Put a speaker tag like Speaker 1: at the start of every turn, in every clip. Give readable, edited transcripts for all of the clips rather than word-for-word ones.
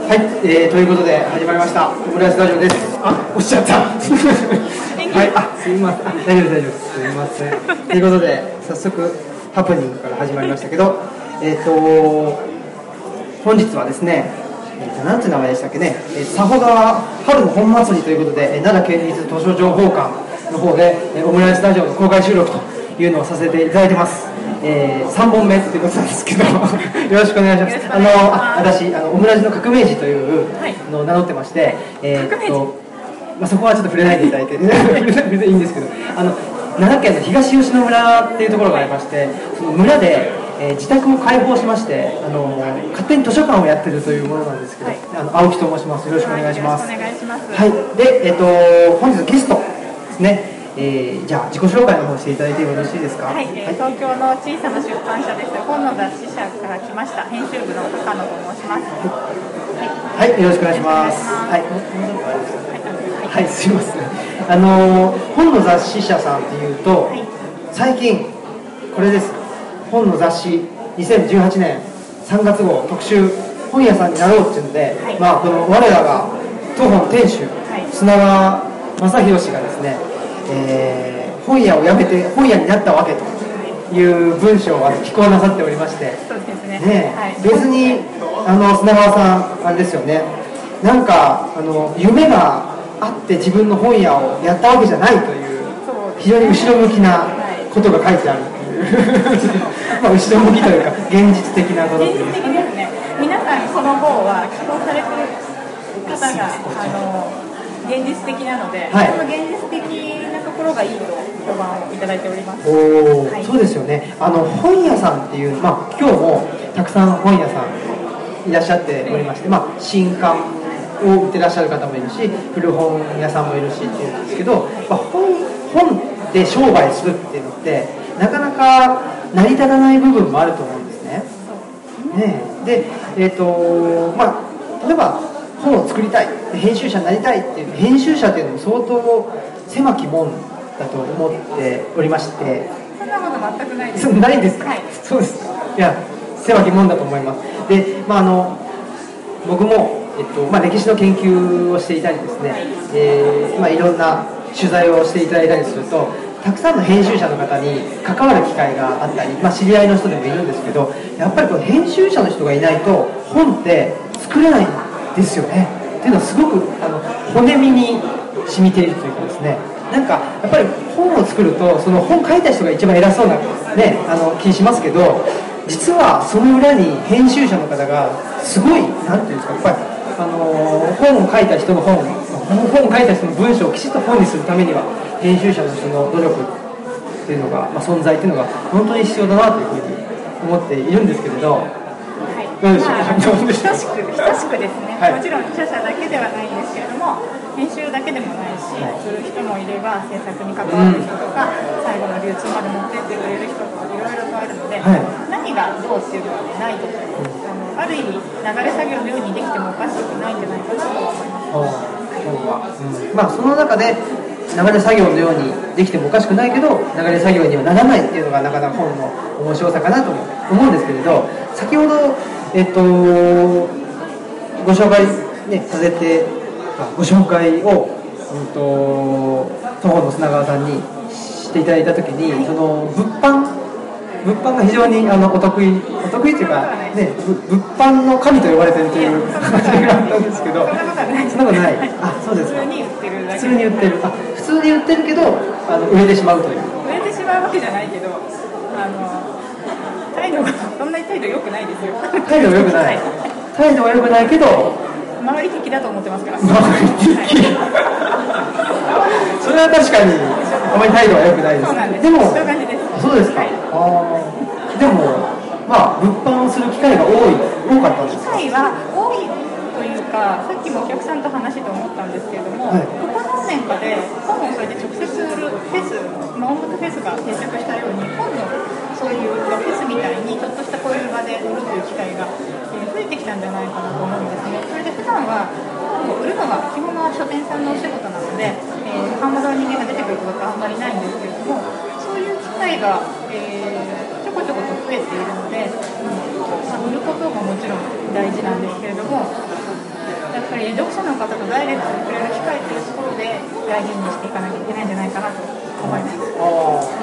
Speaker 1: はい、ということで始まりましたオムライスラジオです。あ、おっしゃったはい、すみません、大丈夫です、すみませんということで早速ハプニングから始まりましたけど、本日はですね、なんていう名前でしたっけね、佐保川春の本祭りということで、奈良県立図書情報館の方でオムライスラジオの公開収録というのをさせていただいてます。3本目ということなんですけどよろしくお願いします。私オムラジの革命児というのを名乗ってまして、そこはちょっと触れないでいただいて別にいいんですけど、奈良県の東吉野村っていうところがありまして、その村で、自宅を開放しまして、勝手に図書館をやってるというものなんですけど、青木と申します。よろしくお願いします。はい、で、本日ゲストですね。じゃあ自己紹介の方していただいてよろしいですか。
Speaker 2: はい、東京の小さな出版社です。本の雑誌社から来ました編集部の高野と申します。
Speaker 1: はい、よろしくお願いします。はい、はい、すいません。本の雑誌社さんっていうと、最近これです。本の雑誌2018年3月号特集本屋さんになろうっていうので、この我らが当本店主、砂川正宏氏がですね、本屋を辞めて本屋になったわけという文章を寄稿なさっておりまして、
Speaker 2: そうですね。
Speaker 1: 別に砂川さんあれですよね、なんか夢があって自分の本屋をやったわけじゃないという非常に後ろ向きなことが書いてあるっていう後ろ向きというか現実的なことという。
Speaker 2: 現実的ですね。皆さんこの本は寄稿されている方が現実的なので、その現実的なところがいいと評判をいただいております。
Speaker 1: そうですよね。本屋さんっていう、今日もたくさん本屋さんいらっしゃっておりまして、新刊を売ってらっしゃる方もいるし、古本屋さんもいるしっていうんですけど、本で商売するっていうのってなかなか成り立たない部分もあると思うんですね。で、例えば本を作りたい、編集者になりたいっていう、編集者っていうのも相当狭き門だと思っておりまして。
Speaker 2: そんなこと全くないです。
Speaker 1: ないんですか。そうですか。いや、狭き門だと思います。で、僕も、歴史の研究をしていたりですね、いろんな取材をしていただいたりすると、たくさんの編集者の方に関わる機会があったり、知り合いの人でもいるんですけど、やっぱりこの編集者の人がいないと本って作れないんですよね。っていうのはすごく骨身に染みているというかですね、なんかやっぱり本を作るとその本書いた人が一番偉そうな、気しますけど、実はその裏に編集者の方がすごい、なんていうんですか、やっぱり本を書いた人の本を書いた人の文章をきちっと本にするためには編集者の人の努力っていうのが、存在っていうのが本当に必要だなというふうに思っているんですけれど、どうでしょうか。
Speaker 2: 等しくですね、もちろん著者だけではないんですけれども、編集だけでもないし、する人もいれば制作に関わる人とか、最後の流通まで持ってってくれる人とかいろいろとあるので、何がどうっていうのはないと思います。ある意味流れ作業のようにできてもおかしくないんじゃないかなと思います。
Speaker 1: その中で流れ作業のようにできてもおかしくないけど、流れ作業にはならないっていうのがなかなか本の面白さかなと思うんですけれど、先ほど、ご紹介、させてご紹介を、徒歩の砂川さんにしていただいたときに、その物販が非常にお得意というか、物販の神と呼ばれているという話があったんですけど、そんなことない。そうですか。
Speaker 2: 普通に売ってるだけ。
Speaker 1: 普通に売ってる。普通に売ってるけど売れてしまうという。
Speaker 2: 売れてしまうわけじゃないけど、態度がそんなに態度良くないですよ。
Speaker 1: 態度が良くない。態度は良くないけど。
Speaker 2: 周り的だと思ってますから。
Speaker 1: 周り的。それは確かにあまり態度は良くないです。
Speaker 2: そうなんです。
Speaker 1: でも
Speaker 2: そういう感じです。
Speaker 1: そうですか。でも物販をする機会が多かったんですか。
Speaker 2: 機会は多いというか、さっきもお客さんと話して思ったんですけれども、ここ何年かで本をそれで直接売るフェス、音楽フェスが定着したように、本のそういうフェスみたいにちょっとしたこういう場で売るという機会が増えてきたんじゃないかなと思うんですね。それで普段は本を売るのは基本は書店さんのお仕事なので、販売の人間が出てくることはあんまりないんですけれども、そういう機会が、ちょこちょこと増えているので、売ることももちろん大事なんですけれども、 やっぱり読者の方とダイレクトに触れる機会というところで大事にしていかなきゃいけないんじゃないかなと思います。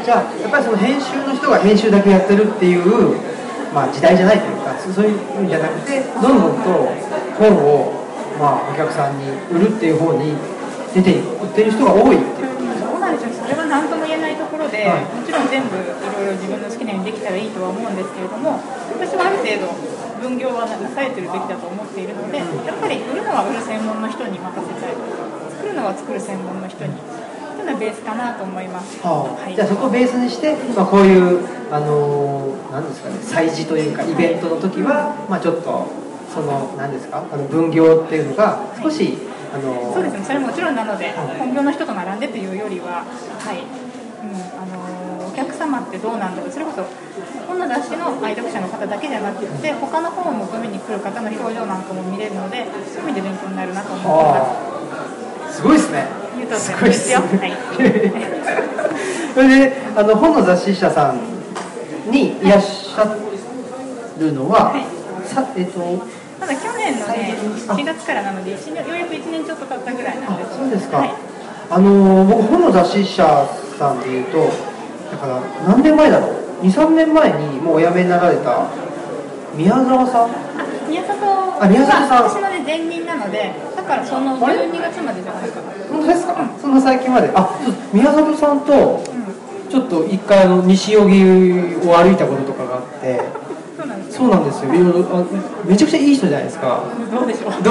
Speaker 1: じゃあやっぱりその編集の人が編集だけやってるっていう、まあ、時代じゃないというか、そういう意味じゃなくて、どんどんと本を、まあ、お客さんに売るっていう方に売ってる人が多いっていう。
Speaker 2: そうなんですよ。それは何とも言えないところで、はい、もちろん全部いろいろ自分の好きなようにできたらいいとは思うんですけれども、私はある程度分業はなされてるべきだと思っているので、やっぱり売るのは売る専門の人に任せたい、作るのは作る専門の人にというのはベースかなと思います。
Speaker 1: はい、じゃあそこをベースにして、まあ、こういうなんですかね、催事というかイベントの時は、まあ、ちょっとその何ですか、分業っていうのが少し、
Speaker 2: そうですね、それもちろんなので、本業の人と並んでというよりは、はい、お客様ってどうなんだろう、それこそ本の雑誌の愛読者の方だけじゃなくて、他の本を求めに来る方の表情なんかも見れるので、そういう意味で勉強になるなと思っています。
Speaker 1: すごいですね。
Speaker 2: 言うとすごいですよ。はい。
Speaker 1: それで本の雑誌社さんにいらっしゃるのは、はい、
Speaker 2: まだ去年のね、7月からなので、ようやく1年ちょっと経ったぐらいなんです。
Speaker 1: そうですか。
Speaker 2: はい、
Speaker 1: 僕本の雑誌社さんでいうと、だから何年前だろう、2、3年前にもうお辞めになられた宮沢さん。
Speaker 2: 宮里さん、私のね前任なので、だからその12月までじゃないかな。
Speaker 1: 本当ですか？そんな最近まで。宮里さんとちょっと一回西荻を歩いたこととかがあって。そうなんですよ。めちゃくちゃいい人じゃないですか。
Speaker 2: どうでしょう。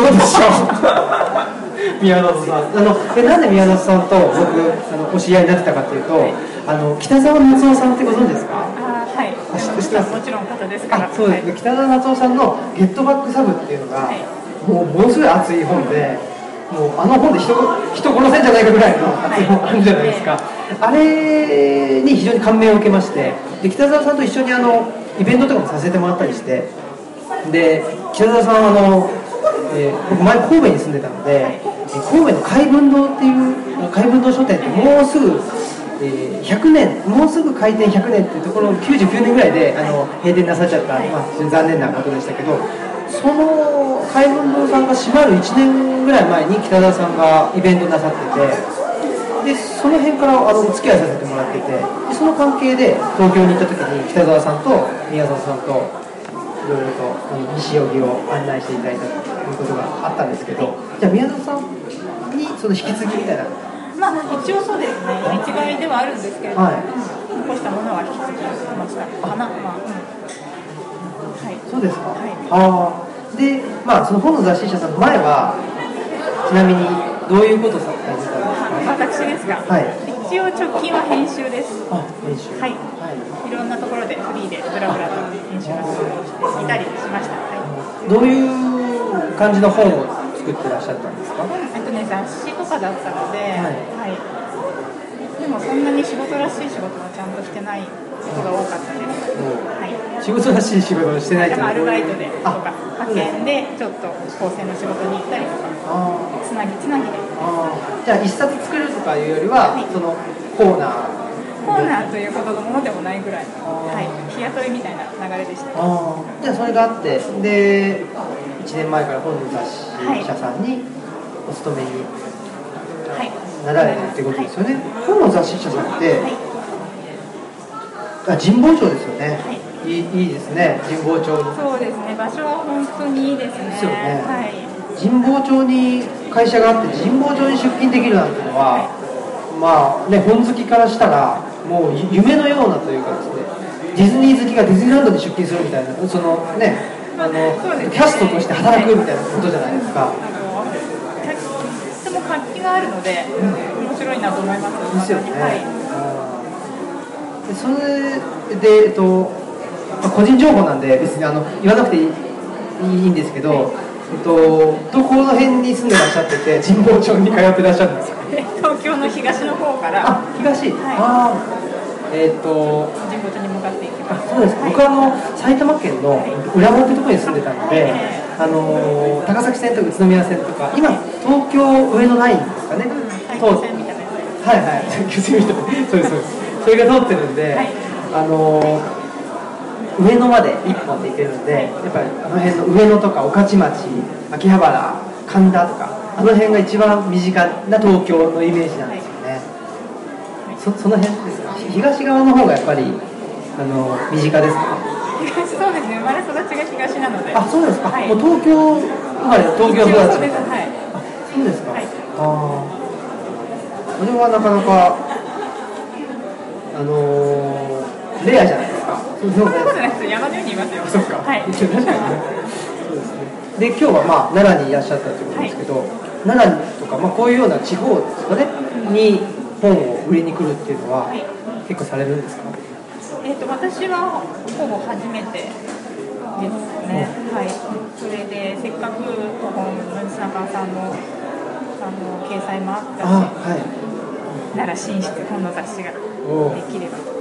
Speaker 1: 宮里さん。なんで宮里さんと僕お知り合いになってたかというと、北澤夏夫さんってご存知ですか？
Speaker 2: はい。もちろん方ですから。
Speaker 1: そうです。北澤夏夫さんのゲットバックサブっていうのが、ものすごい熱い本で、もう本で人殺せんじゃないかぐらいの熱い本あるじゃないですか。あれに非常に感銘を受けまして、で北澤さんと一緒にイベントとかもさせてもらったりして、で北澤さんは僕前神戸に住んでたので、神戸の海文堂っていう海文堂書店ってもうすぐ、100年、もうすぐ開店100年っていうところを99年ぐらいで閉店なさっちゃった、まあ、非常に残念なことでしたけど、その海文堂さんが閉まる1年ぐらい前に北澤さんがイベントなさってて。でその辺からお付き合いさせてもらってて、でその関係で東京に行った時に北澤さんと宮里さんといろいろと西荻を案内していただいたということがあったんですけど、じゃあ宮里さんにその引き継ぎみたいな。
Speaker 2: まあ一応そうですね、一概ではあるんですけれども、残したものは引き継ぎましたかな。はい。
Speaker 1: そうですか。
Speaker 2: はい。
Speaker 1: で、まあその本の雑誌社さんの前はちなみにどういうことをされてたんですか？
Speaker 2: 私ですが、はい、一応直近は編集です。
Speaker 1: 編集。
Speaker 2: はい。いろんなところでフリーでブラブラと編集の仕事をしていたりしました。はい。
Speaker 1: どういう感じの本を作ってらっしゃったんですか？
Speaker 2: 雑誌とかだったので、はい。でもそんなに仕事らしい仕事はちゃんとしてないことが多かったです。はい。
Speaker 1: 仕事らしい仕事をしてないというのは
Speaker 2: アルバイトでとか派遣でちょっと構成の仕事に行ったりとか、つなぎで。
Speaker 1: じゃあ一冊作るとかいうよりは、そのコーナ
Speaker 2: ーということのものでもないぐらい、日雇いみたいな流れでした。
Speaker 1: じゃあそれがあって、で1年前から本の雑誌社さんにお勤めになられるってことですよね。本の雑誌社さんって、神保町ですよね。いいですね、神保町に。
Speaker 2: そうですね、場所は本当にいいですね。
Speaker 1: ですよね。神保町に会社があって神保町に出勤できるなんていうのは、まあね、本好きからしたらもう夢のようなというかですね、ディズニー好きがディズニーランドに出勤するみたいな、そのね、キャストとして働くみたいなことじゃないですか。
Speaker 2: とても活気があるので、面白いなと思います。
Speaker 1: ですよね。それで個人情報なんで別に言わなくていいんですけど。どこの辺に住んでらっしゃってて神保町に通ってらっしゃるんですか？
Speaker 2: 東京の東の方から。
Speaker 1: 東。神
Speaker 2: 保町に向かっていきます。
Speaker 1: そうです。僕埼玉県の浦和ってところに住んでたので、高崎線とか宇都宮線とか、今東京上野ラインですかね。
Speaker 2: 東京線みたいなやつ。
Speaker 1: はい。東京線みたいな。そうです。それが通ってるんで、上野まで1本で行けるので、やっぱり辺の上野とか御徒町、秋葉原神田とかあの辺が一番身近な東京のイメージなんですよね。その辺ですか？東側の方がやっぱり身近ですか？
Speaker 2: そうですね、生まれ育ちが東なので。
Speaker 1: あ、そうですか。
Speaker 2: はい、
Speaker 1: もう東京生まれ、東京育ち。
Speaker 2: そうです。はい。
Speaker 1: あ、そうですか。
Speaker 2: はい、
Speaker 1: ああ、これはなかなかレアじゃないですか。
Speaker 2: そんなことないです。山のようにいますよ。
Speaker 1: そうか。
Speaker 2: はい。
Speaker 1: そうですね。で今日はまあ奈良にいらっしゃったということですけど、はい、奈良とかまあこういうような地方ですかね、に本を売りに来るっていうのは、はい、結構されるんですか？
Speaker 2: 私はほぼ初めてですね。はい。それでせっかく砂川さんの掲載もあったし、はい、奈良紳士という本の雑誌ができればと。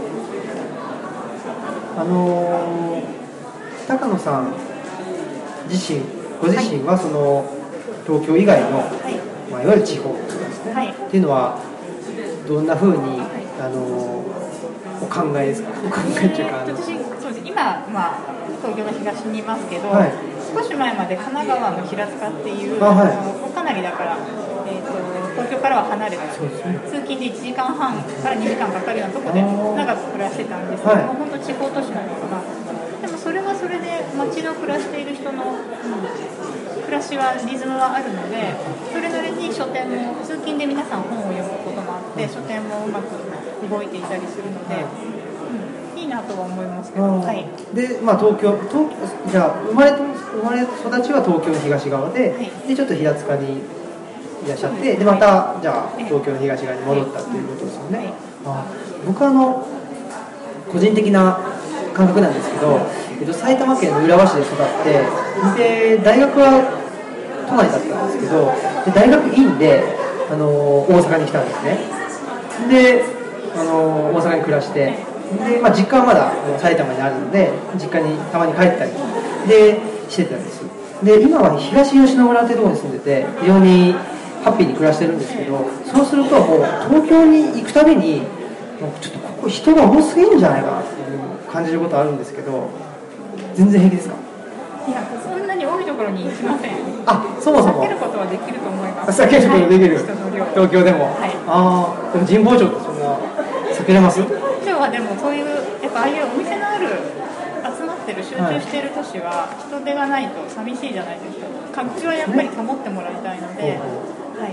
Speaker 1: 高野さんご自身はその東京以外の、はいまあ、いわゆる地方ですね、はい、っていうのはどんなふうに、お考えですか？お考えというか
Speaker 2: そうです。今、まあ、東京の東にいますけど、はい、少し前まで神奈川の平塚っていう、はい、かなりだから、東京からは離れて、通勤で1時間半から2時間かかるようなところで長く暮らしてたんですけど、はい、本当地方都市なのかな。でもそれはそれで街の暮らしている人の、暮らしはリズムはあるので、それぞれに書店も通勤で皆さん本を読むこともあって書店もうまく動いていたりするので、いいなとは思いますけど、はい、
Speaker 1: で、まあ、東京じゃあ生まれ育ちは東京の東側で、はい、でちょっと平塚にいらっしゃって、でまたじゃあ東京の東側に戻ったっていうことですよね。僕個人的な感覚なんですけど、埼玉県の浦和市で育ってで大学は都内だったんですけど、で大学院で大阪に来たんですね。で大阪に暮らしてで、まあ、実家はまだ埼玉にあるので実家にたまに帰ったりでしてたんです。で今は東吉野村ってところに住んでて非常にハッピーに暮らしてるんですけど、そうするともう東京に行くたびにちょっとここ人が多すぎるんじゃないかなっていう感じることあるんですけど、全然平気ですか？
Speaker 2: いや、そんなに多いところに行きません。
Speaker 1: あ、そもそも
Speaker 2: 避けることはできると思います。
Speaker 1: 避けることできる、はい、東京でも、
Speaker 2: はい、
Speaker 1: でも神保町ってそんな避けれます？
Speaker 2: 今日はでもそういうやっぱああいうお店のある集まってる集中している都市は人手がないと寂しいじゃないですか。活気はやっぱり保ってもらいたいので、はい、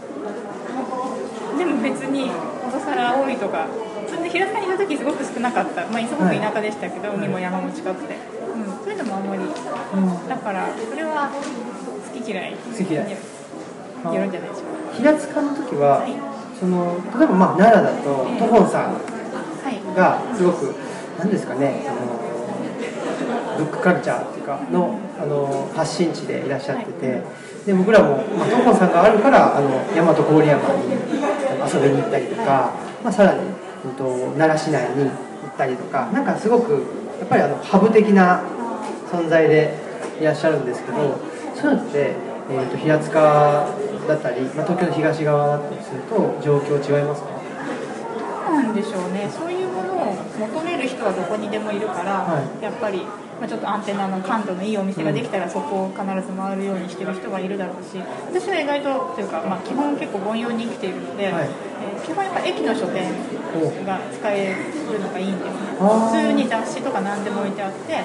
Speaker 2: でも別にことさら多いとか、それで平塚にいた時すごく少なかった、まあ、すごく田舎でしたけど、海も山も近くて、そういうのもあんまり、だからそれは好き嫌いによるんじゃないでしょうか。
Speaker 1: 平塚の時は、はい、例えばまあ奈良だとトホンさんがすごく何ですかね、ブックカルチャーっていうかの、発信地でいらっしゃってて、で僕らも、まあ、トホンさんがあるから大和郡山に遊びに行ったりとか、まあ、さらに、奈良市内に行ったりとか、なんかすごくやっぱりハブ的な存在でいらっしゃるんですけど、そういうのって、平塚だったり、まあ、東京の東側だったりすると状況違いますか？
Speaker 2: どうなんでしょうね。そういうものを求める人はどこにでもいるから、はい、やっぱり、まあ、ちょっとアンテナの感度のいいお店ができたらそこを必ず回るようにしてる人はいるだろうし、私は意外とというか、まあ、基本結構凡庸に生きているので、はい、基本やっぱ駅の書店が使えるのがいいんですね。普通に雑誌とか何でも置いてあって、はい、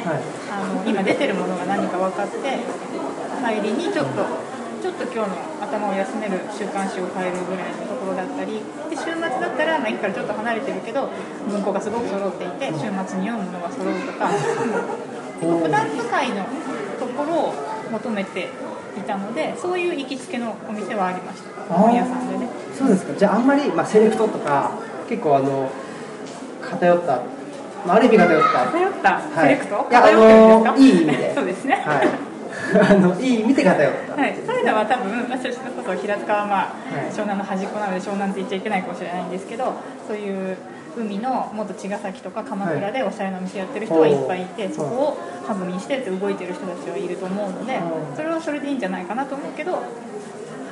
Speaker 2: 今出てるものが何か分かって帰りにちょっと今日の頭を休める週刊誌を買えるぐらいのところだったりで、週末だったら、まあ、駅からちょっと離れてるけど文庫がすごく揃っていて週末に読むものが揃うとか、普段使いのところを求めていたので、そういう行きつけのお店はありました。本屋さんでね。
Speaker 1: そうですか。じゃああんまり、まあ、セレクトとか結構偏った、まあ、ある意味偏った
Speaker 2: セレクト、
Speaker 1: はい、いやいい意味で
Speaker 2: そうですね、
Speaker 1: はい、いい意味で偏った、
Speaker 2: はい、そういうのは多分、それこそ平塚は、まあ湘南の端っこなので湘南って言っちゃいけないかもしれないんですけど、そういう海のもっと茅ヶ崎とか鎌倉でおしゃれな店やってる人はいっぱいいて、そこをハブにして動いてる人たちはいると思うので、それはそれでいいんじゃないかなと思うけど、はい、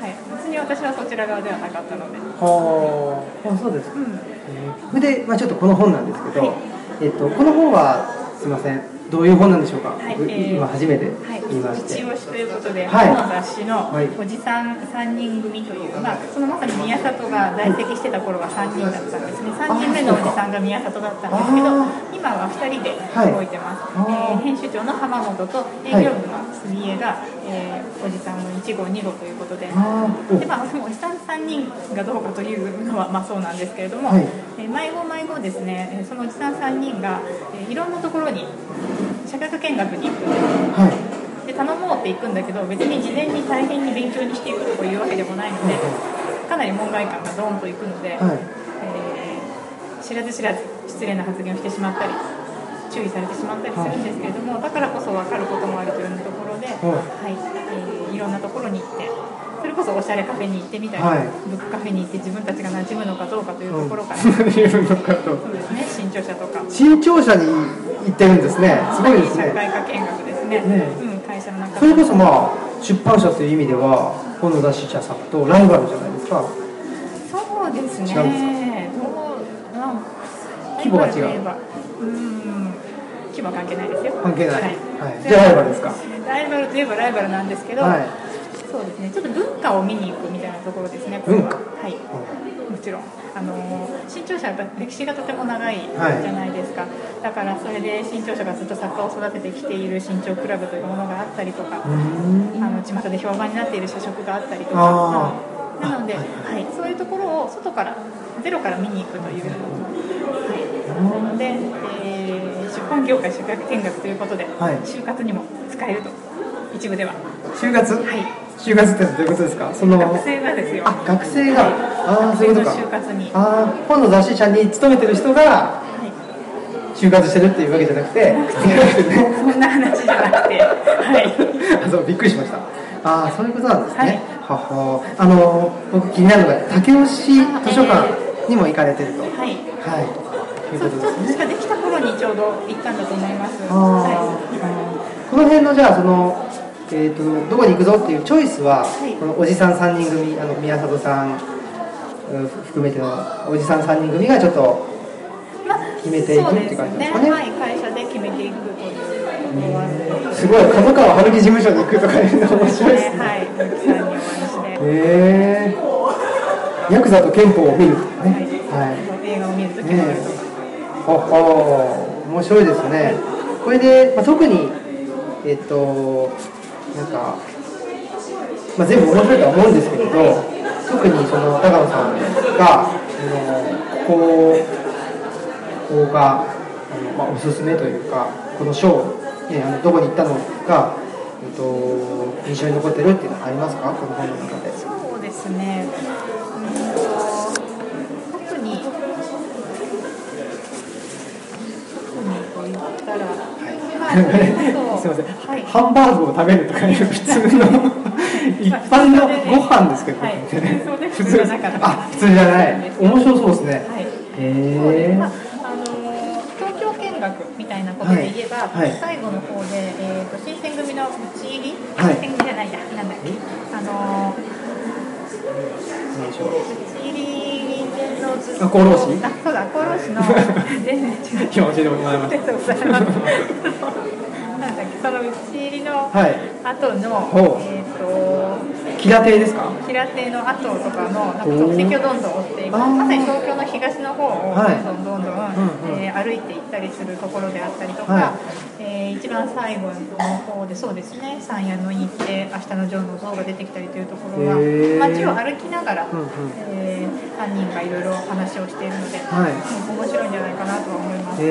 Speaker 2: 別に私はそちら側ではなかったので。
Speaker 1: そうですか。それで、まあ、ちょっとこの本なんですけど、はい、この本はすいません、 どういう本なんでしょうか。
Speaker 2: はい、
Speaker 1: 今初めて言いまして、
Speaker 2: 一押しということで、
Speaker 1: はい、
Speaker 2: 本の雑誌のおじさん3人組という、そのまさに宮里が在籍してた頃は3人だったんですね。3人目のおじさんが宮里だったんですけど、今は2人で動いてます。編集長の浜本と営業部の杉江が、おじさんの1号2号ということで、おじさん3人がどうかというのはそうなんですけれども、毎号ですね、そのおじさん3人が、いろんなところに社会科見学に行くんです、で頼もうって行くんだけど、別に事前に大変に勉強にしていくというわけでもないので、かなり門外漢がドーンと行くので、知らず知らず失礼な発言をしてしまったり注意されてしまったりするんですけれども、だからこそ分かることもあるというようなところで、いろんなところに行って、それこそおしゃれカフェに行ってみたり、ブックカフェに行って自分たちが馴染むのかどうかというところから、そうですね、新潮社とか
Speaker 1: 新潮社に行ってるんですね。すごいですね。
Speaker 2: 社会科見学ですね。会社の中で。
Speaker 1: それこそ出版社という意味では本の雑誌社さんとライバルじゃないですか。
Speaker 2: そうですね。
Speaker 1: 違うんですか。規模が違う。規模は関係ないですよ。 関係ない。じゃあライバルですか。
Speaker 2: ライバルといえばライバルなんですけど、そうですね。ちょっと文化を見に行くみたいなところですね。
Speaker 1: 文化。
Speaker 2: はい。もちろん。新潮社は歴史がとても長いじゃないですか。だからそれで新潮社がずっと作家を育ててきている新潮クラブというものがあったりとか、巷で評判になっている社食があったりとか。なので、そういうところを外からゼロから見に行くという。なので、出版業界社会見学ということで、就活にも使えると、一部では。
Speaker 1: 就活？就活ってどういうことですか？
Speaker 2: 学生がですよ。
Speaker 1: 学生が。そういうことか。
Speaker 2: 就活に。
Speaker 1: 本の雑誌社に勤めてる人が就活してるっていうわけじゃなくて、
Speaker 2: そんな話じゃなくて、
Speaker 1: そうびっくりしました。そういうことなんですね。僕気になるのが武雄市図書館にも行かれてると。
Speaker 2: ちょっとしかできた頃にちょうど行ったんだと思います。
Speaker 1: この辺のじゃあどこに行くぞっていうチョイスは、このおじさん3人組、宮里さん含めてのおじさん3人組がちょっと決めていくっていう感じですかね。
Speaker 2: 会社で決めていくという。
Speaker 1: すごい、角川春樹事務所に行くとかいうの面白いですね。ヤクザと憲法を見るとかね。
Speaker 2: 映画を見るときもあるとか。
Speaker 1: 面白いですね。これで、特に全部面白いとは思うんですけれど、特にその高野さんがここがおすすめというか、この賞、どこに行ったのが印象に残ってるっていうのはありますか？この本の中で。
Speaker 2: そうですね。特にと言ったら、
Speaker 1: すみません、ハンバーグを食べるとかいう普通の一般のご飯ですけど、
Speaker 2: 普通じゃなかった。
Speaker 1: 普通じゃない。面白そうですね。
Speaker 2: 東京見学みたいなことで言えば、最後の方で新選組の打ち入り、新選組じゃないや、なんだっけ、打ち入りの
Speaker 1: 厚労士？
Speaker 2: そうだ、厚労士の全然違う。
Speaker 1: 今教えてもらいました。
Speaker 2: なんだっけ、その打ち入りの後の
Speaker 1: 吉良亭ですか？
Speaker 2: 吉良亭の後とかの足跡をどんどん追っていく、まさに東京の東の方をどんどん歩いていったりするところであったりとか、一番最後の方でそうですね、山谷のに行って明日のジョーの像が出てきたりというところは街を歩きながら、犯人がいろいろ話をしているので、面白いんじゃないかなとは思います。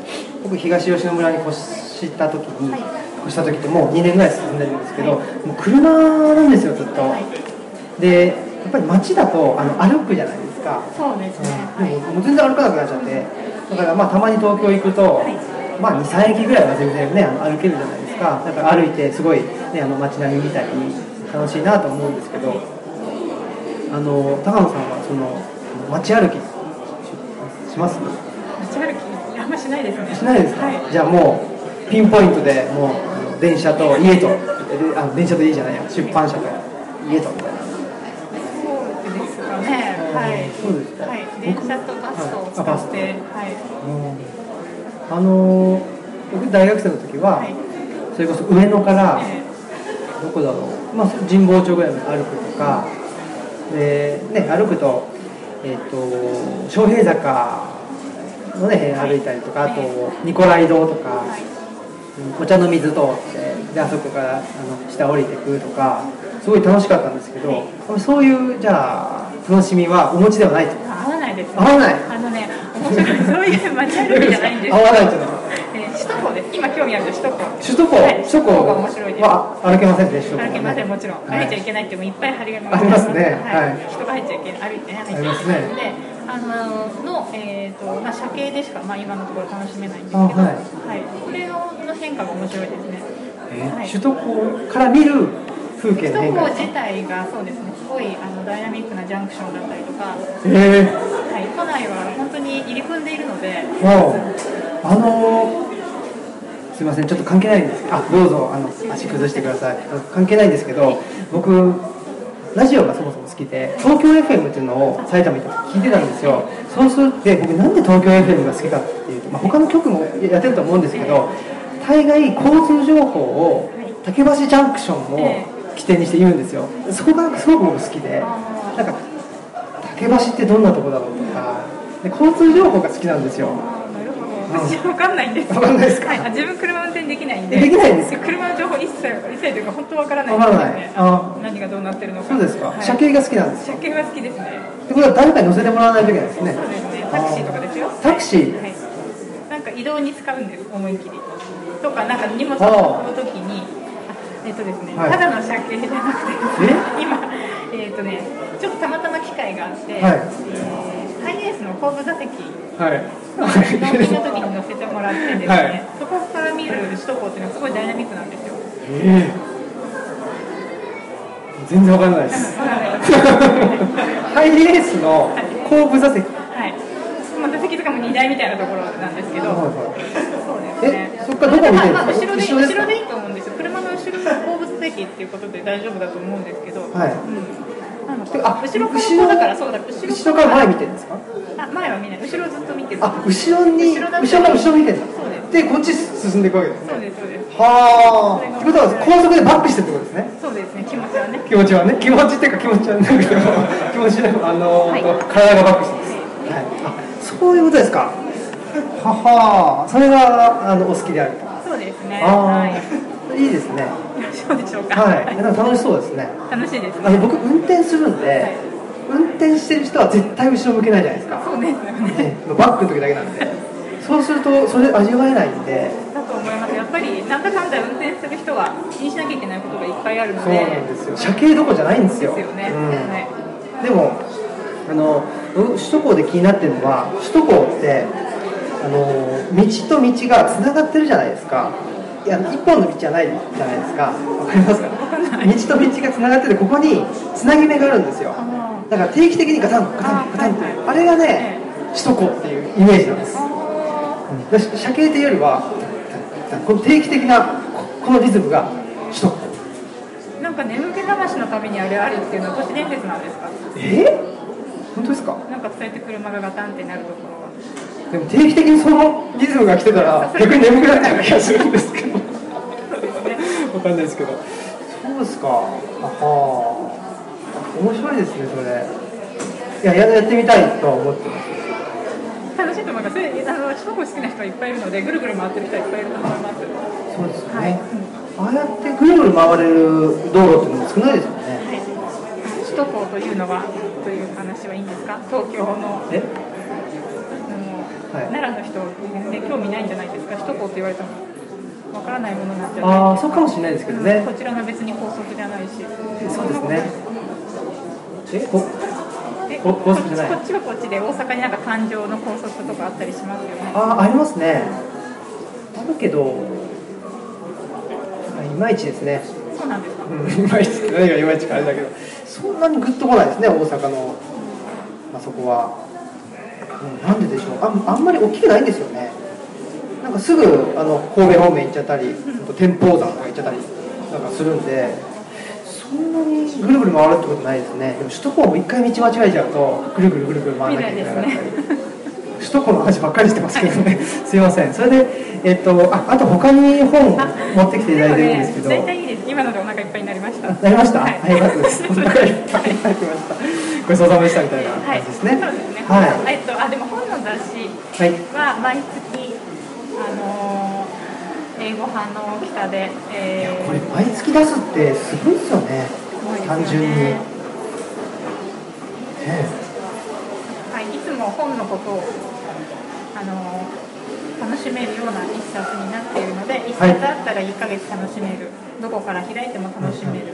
Speaker 1: 僕東吉野村に越した時ってもう2年ぐらい進んでるんですけど、もう車なんですよずっと。でやっぱり街だと歩くじゃないですか。
Speaker 2: そうですね。
Speaker 1: でもう全然歩かなくなっちゃって、だからたまに東京行くと、2、3駅ぐらいは全然ね歩けるじゃないですか。だから歩いてすごいね街並み見たり楽しいなと思うんですけど、高野さんはその街歩きします？
Speaker 2: 街歩きあんましないですね。
Speaker 1: しないですか？じゃあもうピンポイントでもう電車と家と電車と家じゃないや、出版社と家とみたいな。
Speaker 2: そうですかね。
Speaker 1: そうですか。
Speaker 2: 電車とバスを使って、
Speaker 1: 僕大学生の時は、それこそ上野から、どこだろう、神保町ぐらいまで歩くとかで、歩くと、昌平坂のね歩いたりとか、あとニコライ堂とか、お茶の水通ってであそこから下降りてくとか、すごい楽しかったんですけど、そういうじゃあ楽しみはお持ちではないと。
Speaker 2: 合わないです、ね、
Speaker 1: 合わない。
Speaker 2: 面白い、そういう街歩きじゃないんです。
Speaker 1: 合わないというのは、
Speaker 2: 首都高です。今興味ある首都高。
Speaker 1: 首都高、
Speaker 2: 首都高が面白いです。
Speaker 1: 歩けませんね、首都高、ね。
Speaker 2: 歩けません、もちろん。歩いちゃいけないってもいっぱい張り紙
Speaker 1: がありますね。
Speaker 2: 人が入っちゃいけない、歩いてね、入っちゃいけないので、車系でしか今のところ楽しめないんですけど、これの変化が面白いですね。
Speaker 1: 首都高から見る風景の変化。
Speaker 2: 首都高自体がそうですね、すごいダイナミックなジャンクションだったりとか、都内は本当に入り組んでいるので。
Speaker 1: すみません、ちょっと関係ないんですけど、どうぞ足崩してください。関係ないんですけど、僕ラジオがそもそも好きで、東京 FM っていうのを埼玉に聞いてたんですよ。そうすると僕なんで東京 FM が好きかっていうと、他の局もやってると思うんですけど、大概交通情報を竹橋ジャンクションを起点にして言うんですよ。そこがすごく僕好きで、なんか竹橋ってどんなとこだろうとか、で交通情報が好きなんですよ。
Speaker 2: 私分かんないんです。
Speaker 1: 分かんないですか。
Speaker 2: 自分車運転できないんで。
Speaker 1: できないんですか。
Speaker 2: 車の情報一切というか本当分からないんですよね。何がどうなってるのか。
Speaker 1: そうですか。車系が好きなんですか。
Speaker 2: 車系が好きですね。
Speaker 1: ってことは誰かに乗せてもらわないといけないですね。
Speaker 2: そうですね。タクシーとかですよ。
Speaker 1: タクシー。
Speaker 2: なんか移動に使うんです、思い切り。とかなんか荷物を運ぶときに、ですね、ただの車系じゃなくて、今ちょっとたまたま機会があって、ハイエースの後部座席。納品の時に乗せてもらってですね、そこから見る首都高っていうのはすごいダイナミックなんですよ。
Speaker 1: 全然わからないです。ハイエースの後部座席。
Speaker 2: 座席とかも荷台みたいなところなんですけど、そうですね。
Speaker 1: そっからどこ見てるんですか。
Speaker 2: 後ろでいいと思うんですよ。車の後ろが後部座席っていうことで大丈夫だと思うんですけど。後ろからだからそうだ。
Speaker 1: 後ろから前見てるんですか。
Speaker 2: 前は見ない。後ろずっと見てる。
Speaker 1: 後ろから後ろ見てる。でこっち進んでいくわけですね。
Speaker 2: そうですそうです。
Speaker 1: はあ。ってことは高速でバックしてるってことですね。
Speaker 2: そうですね。気持ちはね。
Speaker 1: 気持ちっていうか気持ちはね。気持ち体がバックしてます。そういうことですか。はは。それがお好きであると。
Speaker 2: そうですね。
Speaker 1: いいですね。
Speaker 2: そうでしょうか。
Speaker 1: 楽しそうですね。
Speaker 2: 楽しいですね。
Speaker 1: 僕運転するんで、運転してる人は絶対後ろ向けないじゃないですか。
Speaker 2: そうですよね。
Speaker 1: バックの時だけなんで。そうするとそれ味わえないんで。
Speaker 2: だと思います。やっぱりなんだかんだ運転する人は気にしなきゃいけないことがいっぱいあるので。
Speaker 1: そうなんですよ。車系どこじゃないんですよ。
Speaker 2: ですよね。
Speaker 1: でも首都高で気になってるのは、首都高って道と道がつながってるじゃないですか。いや、一本の道じゃないじゃないですか。わかりますか。道と道がつながってて、ここにつなぎ目があるんですよ。だから定期的にガタンガタンガタンって、あれがね首都高っていうイメージなんです。車系というよりはこの定期的なこのリズムが首都高。
Speaker 2: なんか眠気覚ましのためにあれあるっていうのは都市伝説なんですか。
Speaker 1: 本当ですか。
Speaker 2: なんかそうやって車がガタンってなるところは。
Speaker 1: でも定期的にそのリズムが来てたら逆に眠くなっちゃう気がするんですけど。わかんないですけど。そうですか。面白いですねそれ。いや、やってみたいとは思ってます。
Speaker 2: 楽しいと思います。首都高好きな人はいっぱいいるので、ぐるぐる回ってる人はいっぱいいると思います。
Speaker 1: そうですね。ああやってぐるぐる回れる道路っていうのも少ないですよね。
Speaker 2: 首都高というのはという話はいいんですか。東京の奈良の人で興味ないんじゃないですか。首都高って言われたらわからないものになっちゃう。
Speaker 1: そうかもしれないですけどね。
Speaker 2: こちらが別に高速じゃないし。
Speaker 1: そうですね。高速じゃない。
Speaker 2: こっちはこっちで大阪になんか環状の高速とかあったりしますよね。
Speaker 1: ありますね。あるけどいまいちですね。
Speaker 2: そうなんですか。
Speaker 1: いまいち、何がいまいちかあれだけど、そんなにグッとこないですね、大阪のそこは。なんででしょう。あんまり大きくないんですよね。なんかすぐ神戸方面行っちゃったり、天保山とか行っちゃったりなんかするんで、そんなにぐるぐる回るってことないですね。でも首都高も一回道間違えちゃうとぐるぐる回らなきゃいけなかったり。首首都高の話ばっかりしてますけどね、すいません。それで、あと他に本持ってきていただいてるんですけど、
Speaker 2: 大体いいです。今のでお腹いっぱいになりました。
Speaker 1: なりました。はい、よかったです。お腹いっぱいになりました。ごちそうさまでしたみたいな感じですね。
Speaker 2: そうですね。
Speaker 1: はい。
Speaker 2: でも本の雑誌は毎月、英語版の大きさで、
Speaker 1: いやこれ毎月出すってすごいですよね。単純に。
Speaker 2: はい、いつも本のことを楽しめるような一冊になっているので、一冊あったら1ヶ月楽しめる、どこから開いても楽しめる、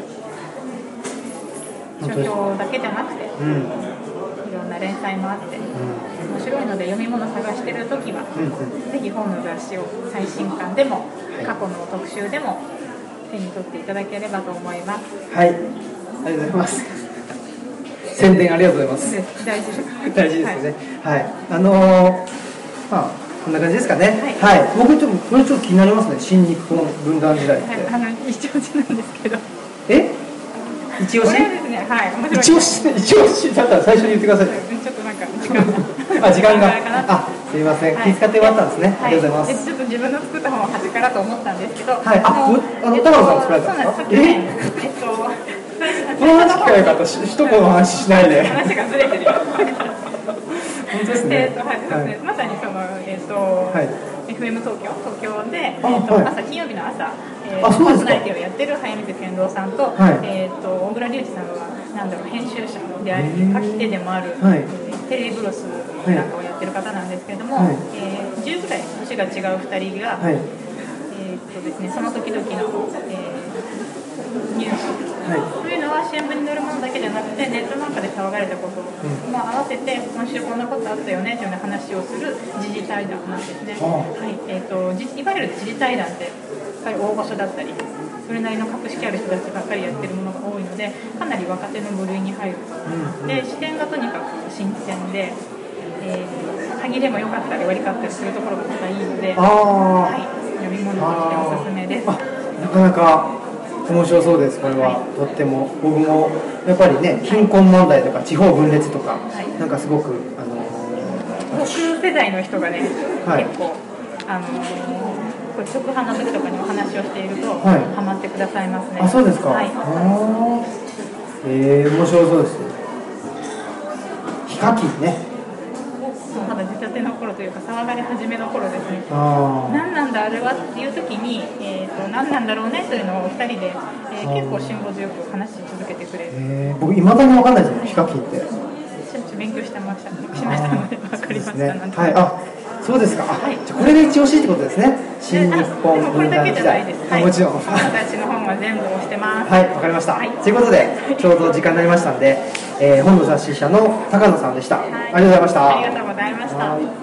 Speaker 2: 書評だけじゃなくて、いろんな連載もあって、面白いので読み物探してるときは、ぜひ本の雑誌を最新刊でも過去の特集でも手に取っていただければと思います。
Speaker 1: はい、ありがとうございます。宣伝ありがとうございます。
Speaker 2: 大事
Speaker 1: ですね。はい。こんな感じですかね。はい。僕これちょっと気になりますね。新日本分断時代って。
Speaker 2: 一押しなんですけど。
Speaker 1: 一押し？
Speaker 2: これですね。はい。面白い。
Speaker 1: 一押しだったら最初に言ってください。
Speaker 2: ちょっとなんか時
Speaker 1: 間が。すみません。気遣ってもらったんですね。ありがとうございます。
Speaker 2: ちょっと自分の作った本を端からと思ったんですけど。
Speaker 1: はい。高野さん作られたんですか？この話聞かよかった。首都高の話しないで。
Speaker 2: 話がずれてるよ。
Speaker 1: 本当ですね。
Speaker 2: まさにそのFM 東京で朝金曜日の朝パーソナリティをやってる早水健郎さんと大倉隆二さんは編集者であり書き手でもあるテレビブロスなんかをやってる方なんですけれども、10ぐらい年が違う2人がですね、その時々のニュースというのは新聞に載るものだけじゃなくてネットなんかで騒がれたことも合わせて今週こんなことあったよねというような話をする時事対談なんですね。いわゆる時事対談って大御所だったりそれなりの格式ある人たちばっかりやってるものが多いのでかなり若手の部類に入ると、で視点がとにかく新鮮で、歯切れも良かったり悪かったりするところがまたいいので、読み物としておすすめです。
Speaker 1: なかなか面白そうです。これはとっても僕もやっぱりね貧困問題とか地方分裂とか、なんかすごく
Speaker 2: 僕世代の人がね、結構直販の時とかにお話をしていると、ハマってくださいますね。
Speaker 1: あ、そうですか。面白そうです。ヒカキンね。
Speaker 2: まだ出たての頃というか騒がれ始めの頃ですね。何なんだあれはっていう時に、何なんだろうねというのを2人で、結構辛抱強く話し続けてくれる。
Speaker 1: 僕いまだに分かんないですよ、ヒカキンって。
Speaker 2: しょっちゅう勉強してましたので分かりました。
Speaker 1: はい、そうですか。じゃこれが一押しってことですね。新日本分断時代。もちろん。
Speaker 2: 私の本は全部押してます。
Speaker 1: はい、わかりました。ということでちょうど時間になりましたので、本の雑誌社の高野さんでした。ありがとうございました。
Speaker 2: ありがとうございました。